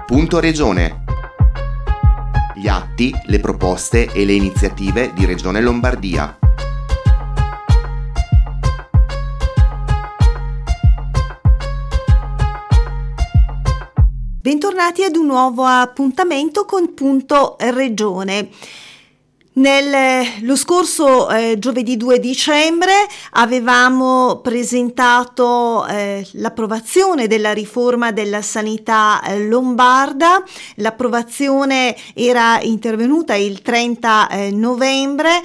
Punto Regione. Gli atti, le proposte e le iniziative di Regione Lombardia. Bentornati ad un nuovo appuntamento con Punto Regione. Lo scorso giovedì 2 dicembre avevamo presentato l'approvazione della riforma della sanità lombarda. L'approvazione era intervenuta il 30 novembre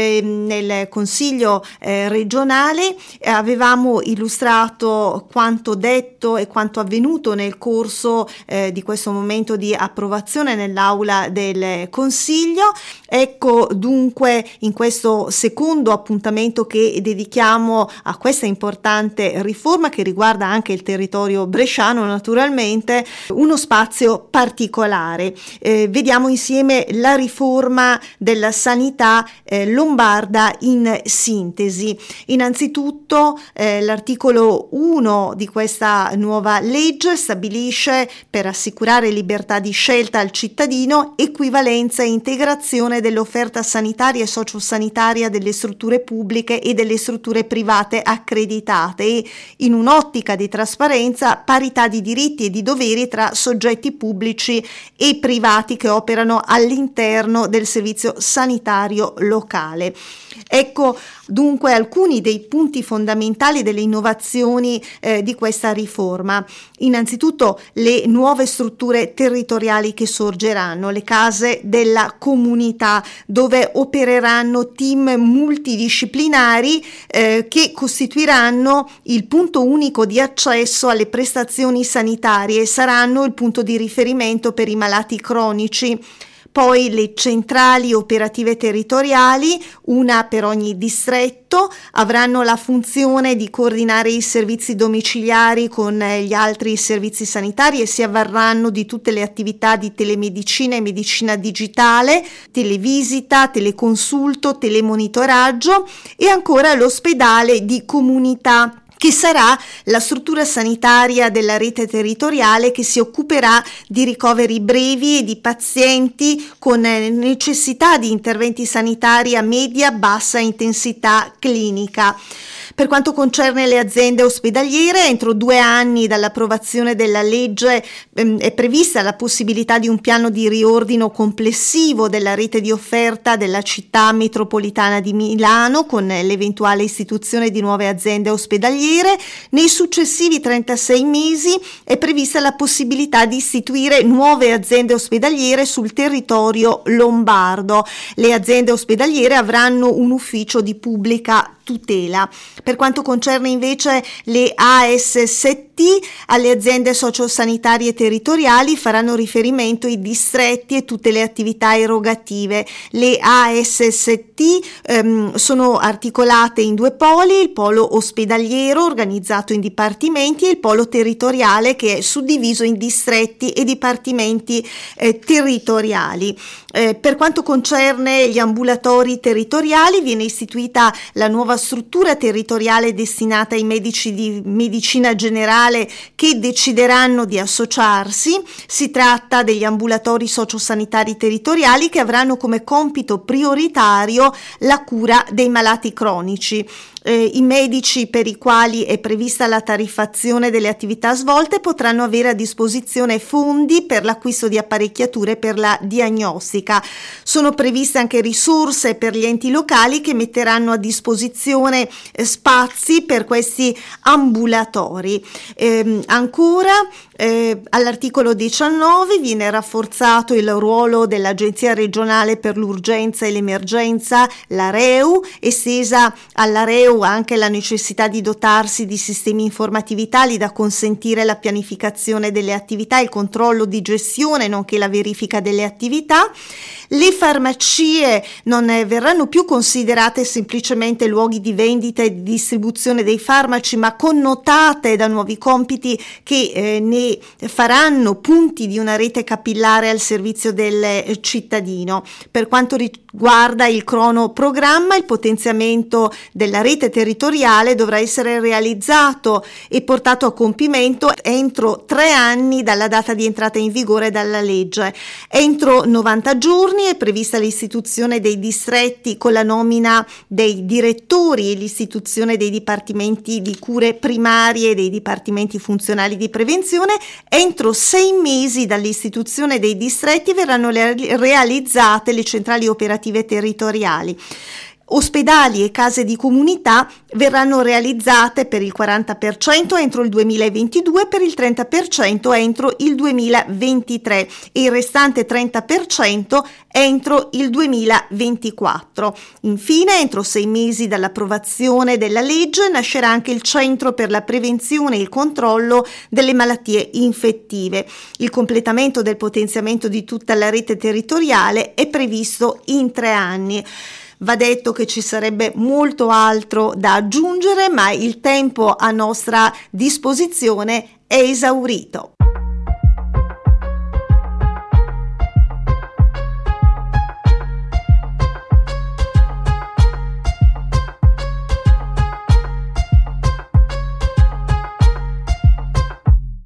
nel Consiglio regionale. Avevamo illustrato quanto detto e quanto avvenuto nel corso di questo momento di approvazione nell'aula del Consiglio. Ecco dunque in questo secondo appuntamento che dedichiamo a questa importante riforma che riguarda anche il territorio bresciano, naturalmente, uno spazio particolare. Vediamo insieme la riforma della sanità lombarda in sintesi. Innanzitutto l'articolo 1 di questa nuova legge stabilisce, per assicurare libertà di scelta al cittadino, equivalenza e integrazione dell'offerta sanitaria e sociosanitaria delle strutture pubbliche e delle strutture private accreditate e, in un'ottica di trasparenza, parità di diritti e di doveri tra soggetti pubblici e privati che operano all'interno del servizio sanitario locale. Ecco dunque alcuni dei punti fondamentali delle innovazioni di questa riforma. Innanzitutto le nuove strutture territoriali che sorgeranno, le case della comunità, dove opereranno team multidisciplinari che costituiranno il punto unico di accesso alle prestazioni sanitarie e saranno il punto di riferimento per i malati cronici. Poi le centrali operative territoriali, una per ogni distretto, avranno la funzione di coordinare i servizi domiciliari con gli altri servizi sanitari e si avvarranno di tutte le attività di telemedicina e medicina digitale, televisita, teleconsulto, telemonitoraggio e ancora l'ospedale di comunità, che sarà la struttura sanitaria della rete territoriale che si occuperà di ricoveri brevi e di pazienti con necessità di interventi sanitari a media-bassa intensità clinica. Per quanto concerne le aziende ospedaliere, entro 2 anni dall'approvazione della legge è prevista la possibilità di un piano di riordino complessivo della rete di offerta della città metropolitana di Milano con l'eventuale istituzione di nuove aziende ospedaliere. Nei successivi 36 mesi è prevista la possibilità di istituire nuove aziende ospedaliere sul territorio lombardo. Le aziende ospedaliere avranno un ufficio di pubblica tutela. Per quanto concerne invece le ASST, alle aziende sociosanitarie territoriali faranno riferimento i distretti e tutte le attività erogative. Le ASST sono articolate in 2 poli, il polo ospedaliero organizzato in dipartimenti e il polo territoriale che è suddiviso in distretti e dipartimenti territoriali. Per quanto concerne gli ambulatori territoriali, viene istituita la nuova struttura territoriale destinata ai medici di medicina generale che decideranno di associarsi. Si tratta degli ambulatori sociosanitari territoriali che avranno come compito prioritario la cura dei malati cronici. I medici per i quali è prevista la tariffazione delle attività svolte potranno avere a disposizione fondi per l'acquisto di apparecchiature per la diagnostica. Sono previste anche risorse per gli enti locali che metteranno a disposizione spazi per questi ambulatori. Ancora all'articolo 19 viene rafforzato il ruolo dell'Agenzia regionale per l'urgenza e l'emergenza, la REU, estesa alla REU anche la necessità di dotarsi di sistemi informativi tali da consentire la pianificazione delle attività, il controllo di gestione, nonché la verifica delle attività. Le farmacie non verranno più considerate semplicemente luoghi di vendita e di distribuzione dei farmaci, ma connotate da nuovi compiti che ne faranno punti di una rete capillare al servizio del cittadino. Per quanto riguarda il cronoprogramma, il potenziamento della rete rete territoriale dovrà essere realizzato e portato a compimento entro 3 anni dalla data di entrata in vigore della legge. Entro 90 giorni è prevista l'istituzione dei distretti con la nomina dei direttori e l'istituzione dei dipartimenti di cure primarie e dei dipartimenti funzionali di prevenzione. Entro 6 mesi dall'istituzione dei distretti verranno realizzate le centrali operative territoriali. Ospedali e case di comunità verranno realizzate per il 40% entro il 2022, per il 30% entro il 2023 e il restante 30% entro il 2024. Infine, entro 6 mesi dall'approvazione della legge nascerà anche il Centro per la prevenzione e il controllo delle malattie infettive. Il completamento del potenziamento di tutta la rete territoriale è previsto in 3 anni. Va detto che ci sarebbe molto altro da aggiungere, ma il tempo a nostra disposizione è esaurito.